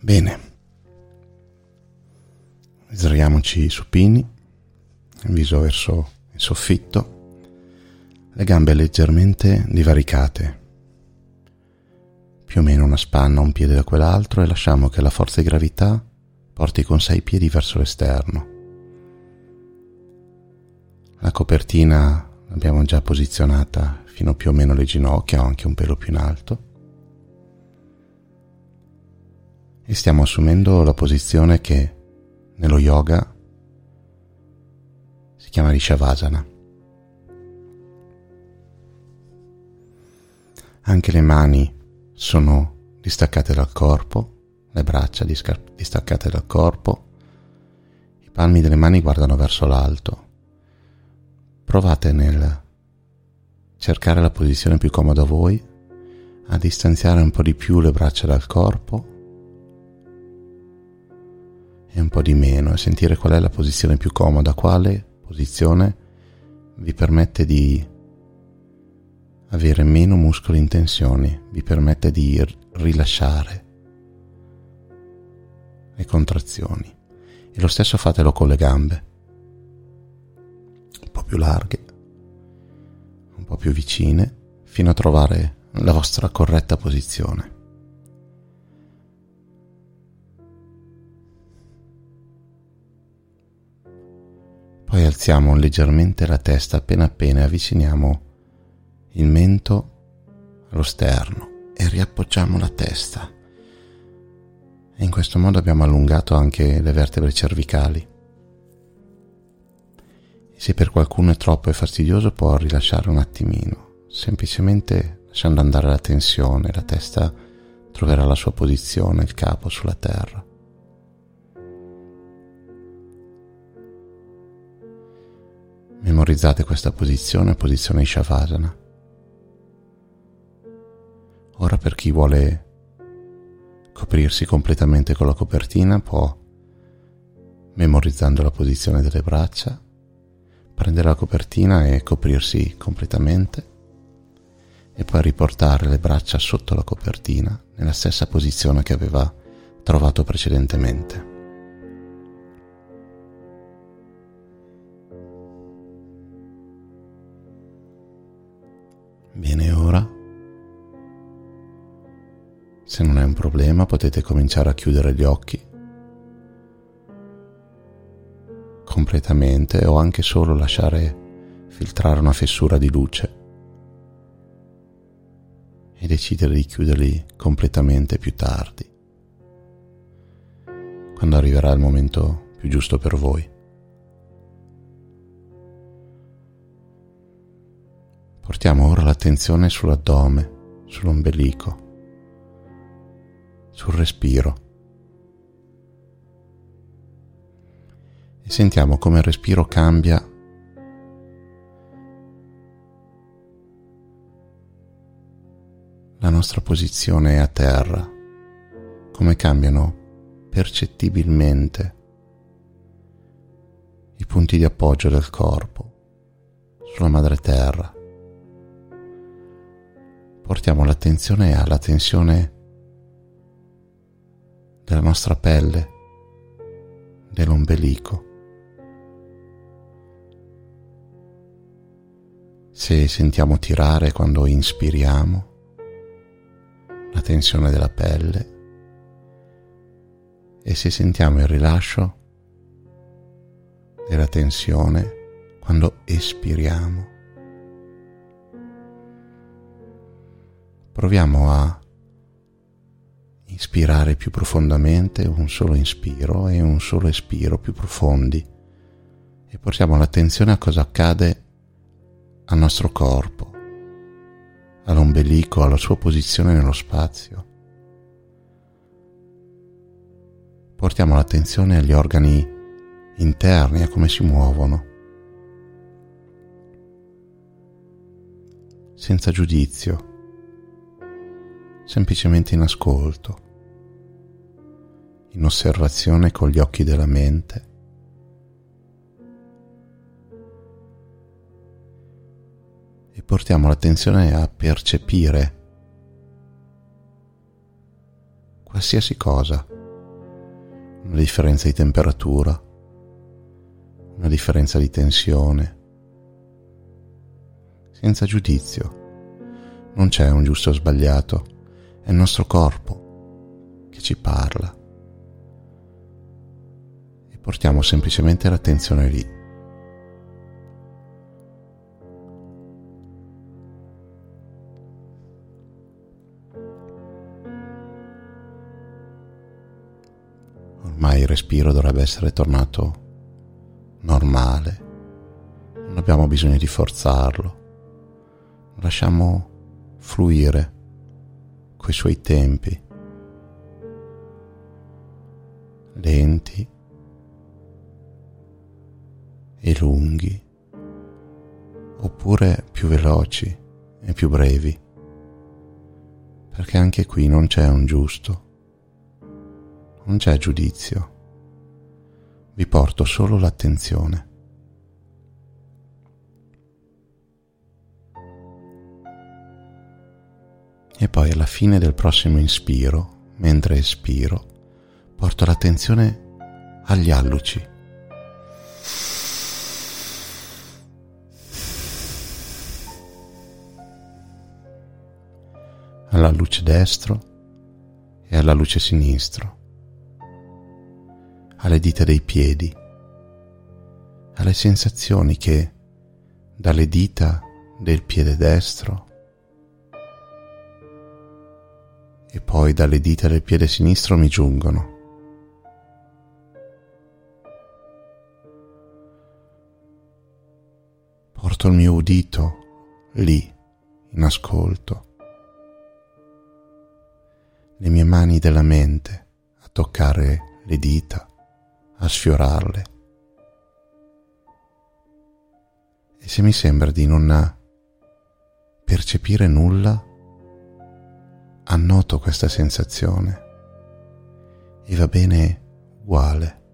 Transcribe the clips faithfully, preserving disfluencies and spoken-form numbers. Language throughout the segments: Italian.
Bene, sdraiamoci supini, il viso verso il soffitto, le gambe leggermente divaricate, più o meno una spanna un piede da quell'altro, e lasciamo che la forza di gravità porti con sé i piedi verso l'esterno. La copertina l'abbiamo già posizionata fino più o meno alle ginocchia o anche un pelo più in alto. E stiamo assumendo la posizione che nello yoga si chiama Rishavasana. Anche le mani sono distaccate dal corpo, le braccia distaccate dal corpo, i palmi delle mani guardano verso l'alto. Provate nel cercare la posizione più comoda a voi a distanziare un po' di più le braccia dal corpo e un po' di meno, e sentire qual è la posizione più comoda, quale posizione vi permette di avere meno muscoli in tensione, vi permette di rilasciare le contrazioni. E lo stesso fatelo con le gambe, un po' più larghe, un po' più vicine, fino a trovare la vostra corretta posizione. Poi alziamo leggermente la testa appena appena avviciniamo il mento allo sterno e riappoggiamo la testa. E in questo modo abbiamo allungato anche le vertebre cervicali. E se per qualcuno è troppo e fastidioso, può rilasciare un attimino, semplicemente lasciando andare la tensione. La testa troverà la sua posizione, il capo sulla terra. Memorizzate questa posizione, posizione Shavasana. Ora, per chi vuole coprirsi completamente con la copertina, può, memorizzando la posizione delle braccia, prendere la copertina e coprirsi completamente, e poi riportare le braccia sotto la copertina nella stessa posizione che aveva trovato precedentemente. Bene, ora, se non è un problema, potete cominciare a chiudere gli occhi completamente, o anche solo lasciare filtrare una fessura di luce e decidere di chiuderli completamente più tardi, quando arriverà il momento più giusto per voi. Portiamo ora l'attenzione sull'addome, sull'ombelico, sul respiro, e sentiamo come il respiro cambia la nostra posizione a terra, come cambiano percettibilmente i punti di appoggio del corpo sulla madre terra. Portiamo l'attenzione alla tensione della nostra pelle, dell'ombelico. Se sentiamo tirare quando inspiriamo, la tensione della pelle, e se sentiamo il rilascio della tensione quando espiriamo. Proviamo a inspirare più profondamente, un solo inspiro e un solo espiro più profondi, e portiamo l'attenzione a cosa accade al nostro corpo, all'ombelico, alla sua posizione nello spazio. Portiamo l'attenzione agli organi interni, a come si muovono, senza giudizio, semplicemente in ascolto, in osservazione con gli occhi della mente. E portiamo l'attenzione a percepire qualsiasi cosa una differenza di temperatura, una differenza di tensione, senza giudizio. Non c'è un giusto o sbagliato, è il nostro corpo che ci parla e portiamo semplicemente l'attenzione lì. Ormai il respiro dovrebbe essere tornato normale, non abbiamo bisogno di forzarlo, lasciamo fluire coi suoi tempi, lenti e lunghi, oppure più veloci e più brevi, perché anche qui non c'è un giusto. Non c'è giudizio, vi porto solo l'attenzione. E poi alla fine del prossimo inspiro, mentre espiro, porto l'attenzione agli alluci. All'alluce destro e all'alluce sinistro, alle dita dei piedi, alle sensazioni che dalle dita del piede destro e poi dalle dita del piede sinistro mi giungono. Porto il mio udito lì, in ascolto, le mie mani della mente a toccare le dita, a sfiorarle. E se mi sembra di non percepire nulla, annoto questa sensazione e va bene uguale.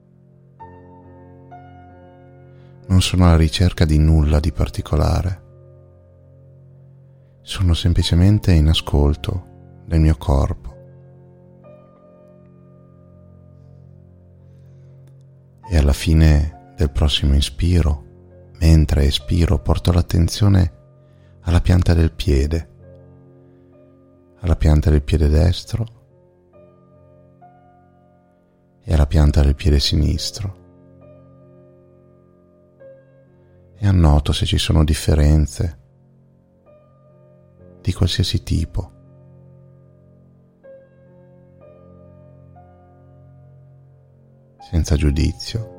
Non sono alla ricerca di nulla di particolare, sono semplicemente in ascolto del mio corpo. E alla fine del prossimo inspiro, mentre espiro, porto l'attenzione alla pianta del piede, alla pianta del piede destro e alla pianta del piede sinistro. E annoto se ci sono differenze di qualsiasi tipo. Senza giudizio.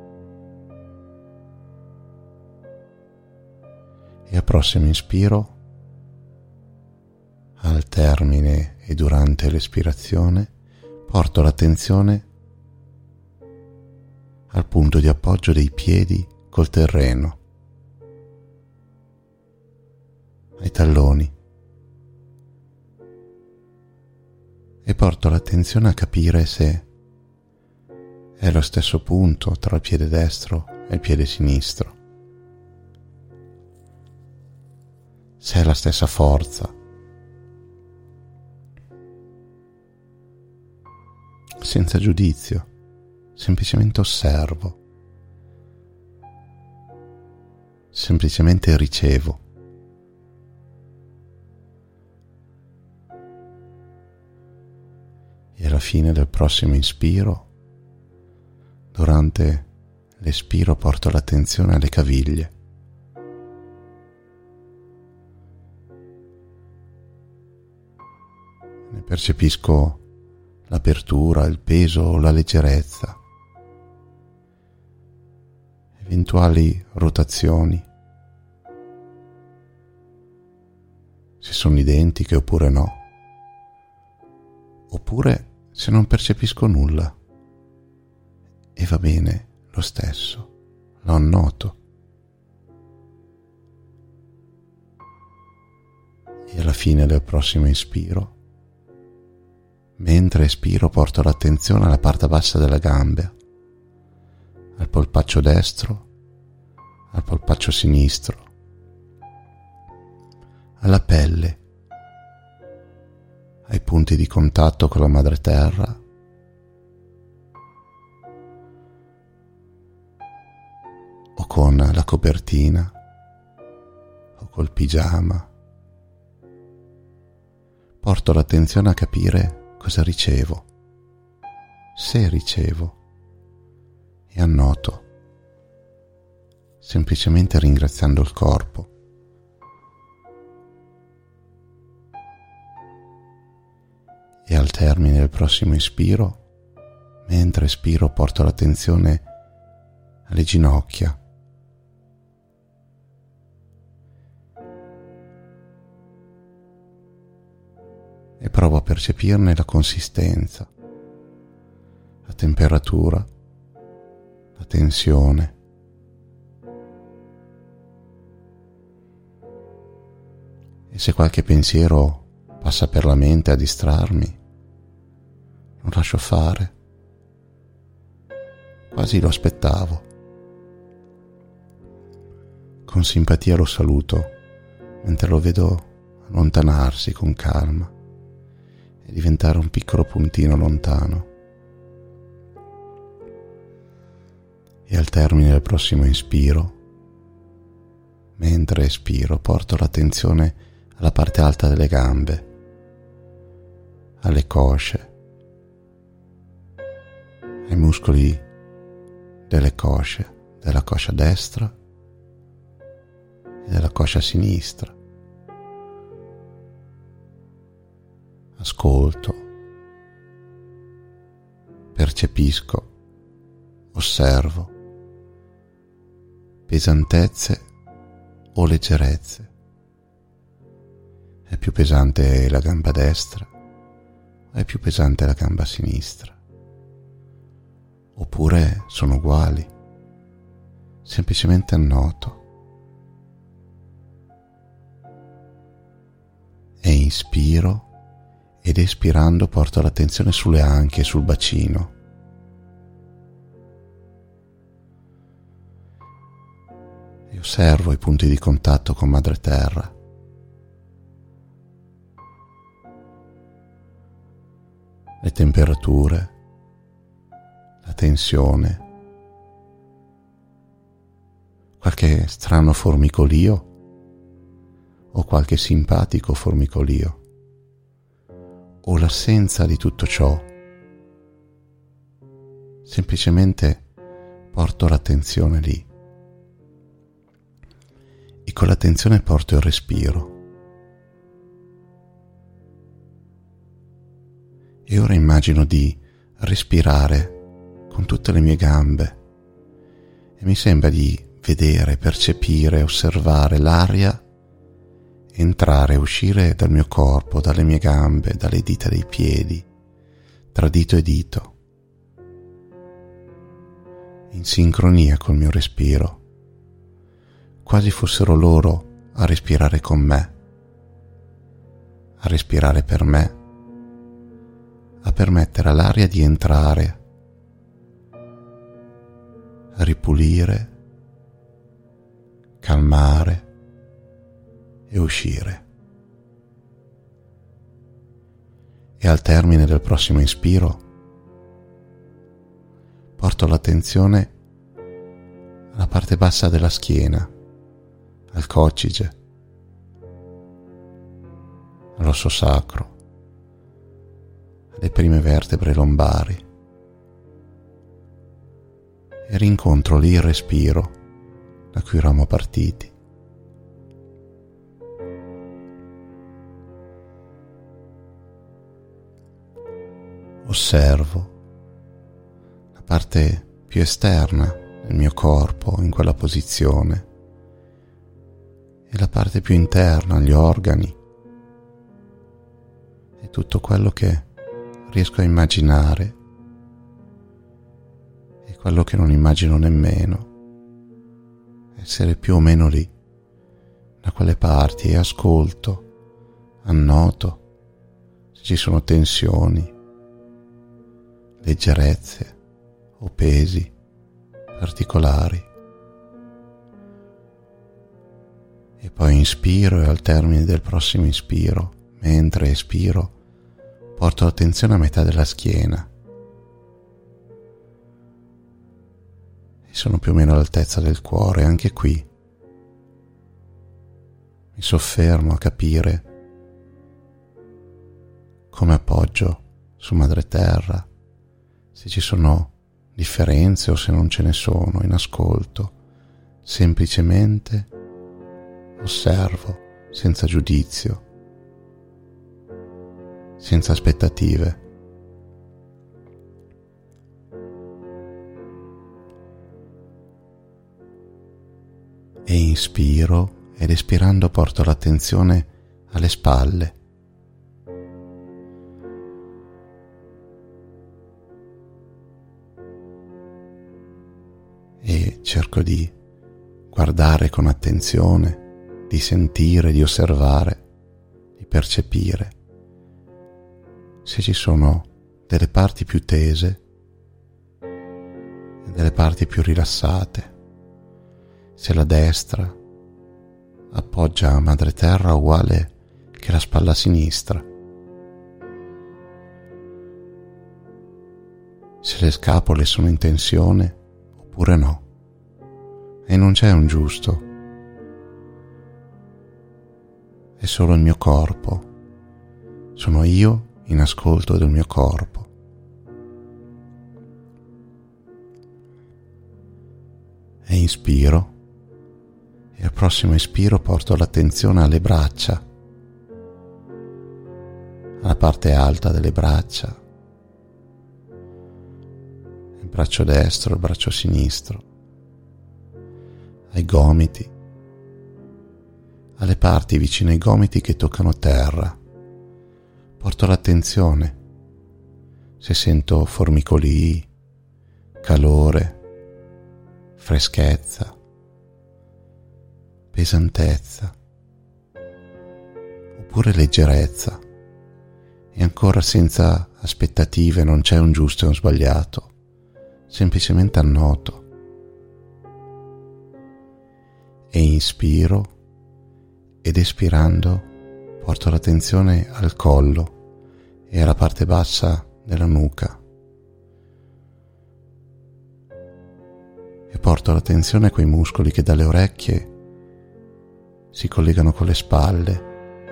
E al prossimo inspiro, al termine e durante l'espirazione, porto l'attenzione al punto di appoggio dei piedi col terreno, ai talloni, e porto l'attenzione a capire se è lo stesso punto tra il piede destro e il piede sinistro, se è la stessa forza, senza giudizio, semplicemente osservo, semplicemente ricevo. E alla fine del prossimo inspiro, durante l'espiro, porto l'attenzione alle caviglie. Ne percepisco l'apertura, il peso o la leggerezza, eventuali rotazioni, se sono identiche oppure no, oppure se non percepisco nulla. E va bene lo stesso, lo annoto. E alla fine del prossimo inspiro, mentre espiro, porto l'attenzione alla parte bassa della gamba, al polpaccio destro, al polpaccio sinistro, alla pelle, ai punti di contatto con la madreterra con la copertina o col pigiama. Porto l'attenzione a capire cosa ricevo, se ricevo, e annoto, semplicemente ringraziando il corpo. E al termine del prossimo ispiro, mentre espiro, porto l'attenzione alle ginocchia. E provo a percepirne la consistenza, la temperatura, la tensione. E se qualche pensiero passa per la mente a distrarmi, lo lascio fare. Quasi lo aspettavo. Con simpatia lo saluto, mentre lo vedo allontanarsi con calma e diventare un piccolo puntino lontano. E al termine del prossimo inspiro, mentre espiro, porto l'attenzione alla parte alta delle gambe, alle cosce, ai muscoli delle cosce, della coscia destra e della coscia sinistra. Ascolto, percepisco, osservo pesantezze o leggerezze. È più pesante la gamba destra o è più pesante la gamba sinistra? Oppure sono uguali? Semplicemente annoto. E inspiro ed espirando porto l'attenzione sulle anche e sul bacino. E osservo i punti di contatto con madre terra. Le temperature, la tensione, qualche strano formicolio o qualche simpatico formicolio, o l'assenza di tutto ciò. Semplicemente porto l'attenzione lì e con l'attenzione porto il respiro. E ora immagino di respirare con tutte le mie gambe e mi sembra di vedere, percepire, osservare l'aria entrare e uscire dal mio corpo, dalle mie gambe, dalle dita dei piedi, tra dito e dito, in sincronia col mio respiro, quasi fossero loro a respirare con me, a respirare per me, a permettere all'aria di entrare, a ripulire, calmare e uscire. E al termine del prossimo inspiro porto l'attenzione alla parte bassa della schiena, al coccige, all'osso sacro, alle prime vertebre lombari e rincontro lì il respiro da cui eravamo partiti. Osservo la parte più esterna del mio corpo in quella posizione e la parte più interna, gli organi e tutto quello che riesco a immaginare e quello che non immagino nemmeno, essere più o meno lì, da quelle parti, e ascolto, annoto se ci sono tensioni, leggerezze o pesi particolari. E poi inspiro e al termine del prossimo inspiro, mentre espiro, porto l'attenzione a metà della schiena e sono più o meno all'altezza del cuore. Anche qui mi soffermo a capire come appoggio su madre terra, se ci sono differenze o se non ce ne sono, in ascolto, semplicemente osservo, senza giudizio, senza aspettative. E inspiro ed espirando porto l'attenzione alle spalle. E cerco di guardare con attenzione, di sentire, di osservare, di percepire se ci sono delle parti più tese e delle parti più rilassate, se la destra appoggia a madre terra uguale che la spalla sinistra, se le scapole sono in tensione oppure no. E non c'è un giusto, è solo il mio corpo, sono io in ascolto del mio corpo. E inspiro e al prossimo espiro porto l'attenzione alle braccia, alla parte alta delle braccia, il braccio destro, il braccio sinistro, ai gomiti, alle parti vicine ai gomiti che toccano terra. Porto l'attenzione se sento formicolii, calore, freschezza, pesantezza oppure leggerezza. E ancora senza aspettative, non c'è un giusto e un sbagliato, semplicemente annoto. E inspiro ed espirando porto l'attenzione al collo e alla parte bassa della nuca e porto l'attenzione a quei muscoli che dalle orecchie si collegano con le spalle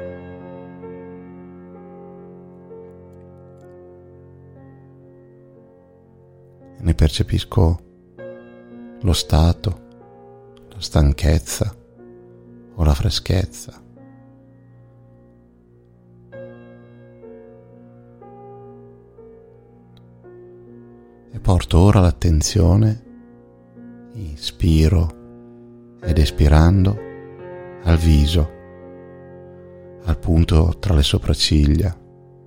e ne percepisco lo stato, la stanchezza o la freschezza. E porto ora l'attenzione, inspiro ed espirando, al viso, al punto tra le sopracciglia,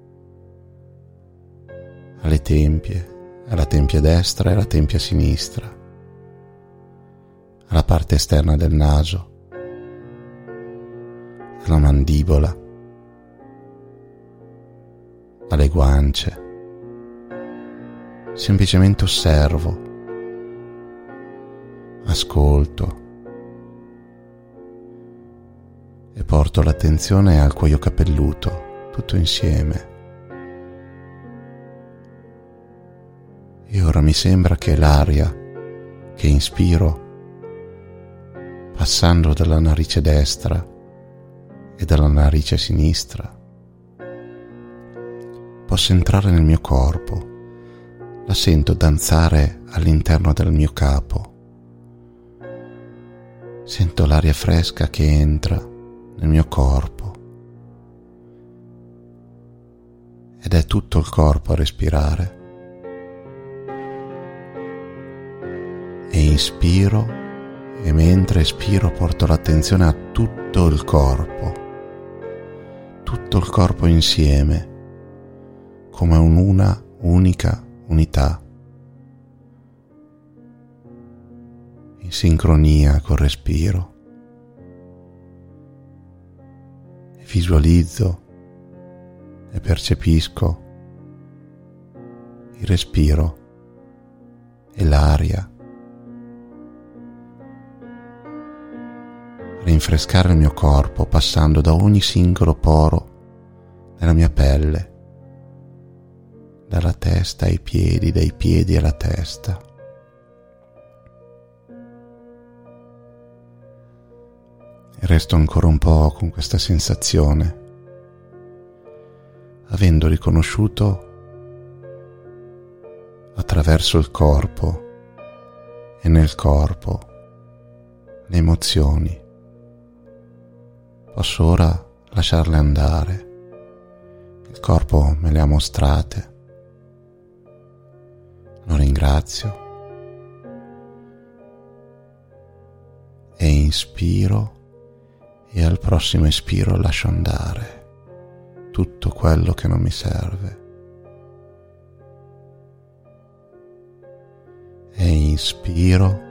alle tempie, alla tempia destra e alla tempia sinistra, alla parte esterna del naso, alla mandibola, alle guance. Semplicemente osservo, ascolto e porto l'attenzione al cuoio capelluto, tutto insieme. E ora mi sembra che l'aria che inspiro, passando dalla narice destra e dalla narice sinistra, possa entrare nel mio corpo. La sento danzare all'interno del mio capo. Sento l'aria fresca che entra nel mio corpo. Ed è tutto il corpo a respirare. E inspiro e mentre espiro porto l'attenzione a tutto il corpo. Tutto il corpo insieme, come un'una unica unità, in sincronia col respiro. E visualizzo e percepisco il respiro e l'aria rinfrescare il mio corpo, passando da ogni singolo poro della mia pelle, dalla testa ai piedi, dai piedi alla testa. E resto ancora un po' con questa sensazione, avendo riconosciuto attraverso il corpo e nel corpo le emozioni. Posso ora lasciarle andare. Il corpo me le ha mostrate. Lo ringrazio e inspiro, e al prossimo espiro lascio andare tutto quello che non mi serve. E inspiro,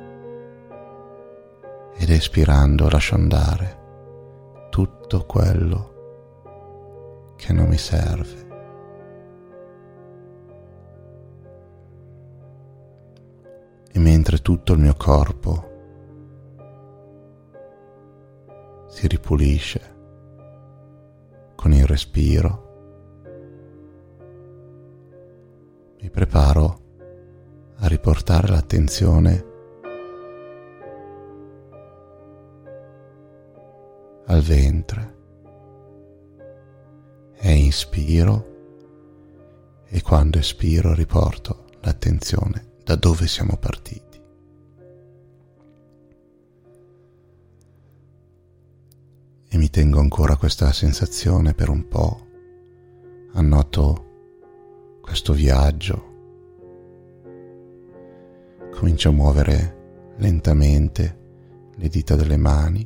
ed espirando lascio andare tutto quello che non mi serve. E mentre tutto il mio corpo si ripulisce con il respiro, mi preparo a riportare l'attenzione al ventre e inspiro, e quando espiro riporto l'attenzione da dove siamo partiti. E mi tengo ancora questa sensazione per un po', annoto questo viaggio, comincio a muovere lentamente le dita delle mani,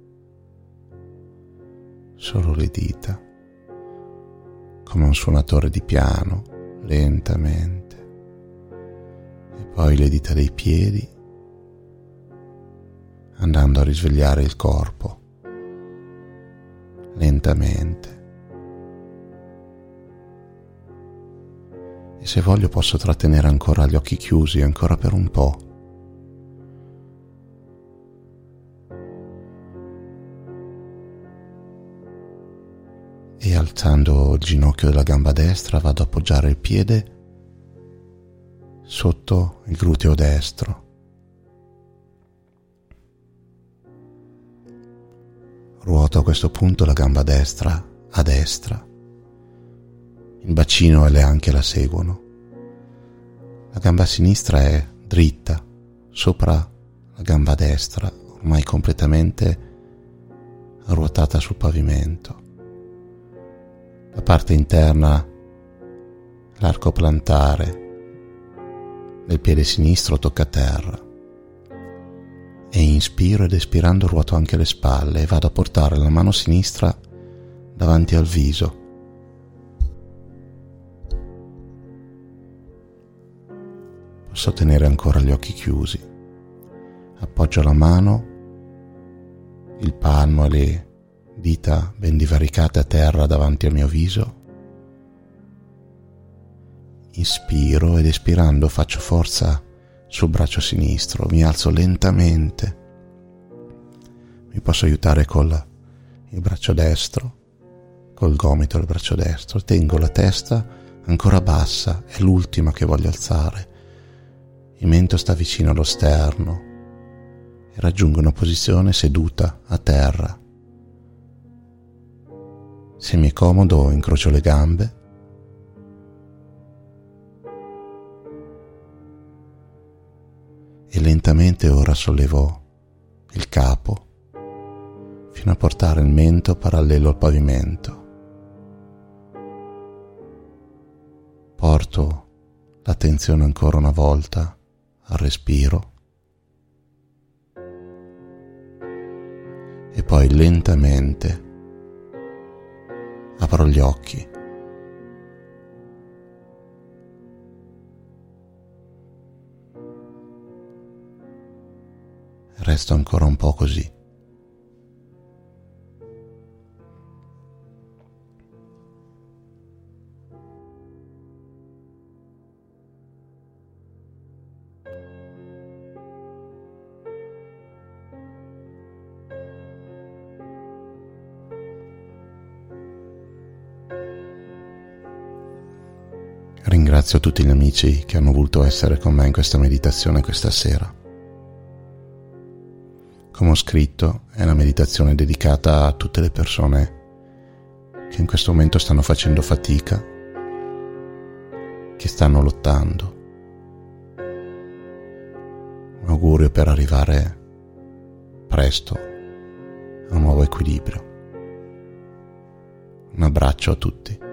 solo le dita, come un suonatore di piano, lentamente, e poi le dita dei piedi, andando a risvegliare il corpo, lentamente. E se voglio posso trattenere ancora gli occhi chiusi, ancora per un po'. E alzando il ginocchio della gamba destra vado ad appoggiare il piede sotto il gluteo destro. Ruoto a questo punto la gamba destra a destra. Il bacino e le anche la seguono. La gamba sinistra è dritta sopra la gamba destra, ormai completamente ruotata sul pavimento. La parte interna, l'arco plantare del piede sinistro tocca terra. E inspiro ed espirando ruoto anche le spalle e vado a portare la mano sinistra davanti al viso. Posso tenere ancora gli occhi chiusi. Appoggio la mano, il palmo e le dita ben divaricate a terra davanti al mio viso. Inspiro ed espirando faccio forza sul braccio sinistro, mi alzo lentamente. Mi posso aiutare col il braccio destro, col gomito del braccio destro. Tengo la testa ancora bassa, è l'ultima che voglio alzare. Il mento sta vicino allo sterno e raggiungo una posizione seduta a terra. Se mi è comodo incrocio le gambe e lentamente ora sollevo il capo fino a portare il mento parallelo al pavimento. Porto l'attenzione ancora una volta al respiro e poi lentamente apro gli occhi. Resto ancora un po' così. Ringrazio tutti gli amici che hanno voluto essere con me in questa meditazione questa sera. come ho scritto, è una meditazione dedicata a tutte le persone che in questo momento stanno facendo fatica, che stanno lottando. Un augurio per arrivare presto a un nuovo equilibrio. Un abbraccio a tutti.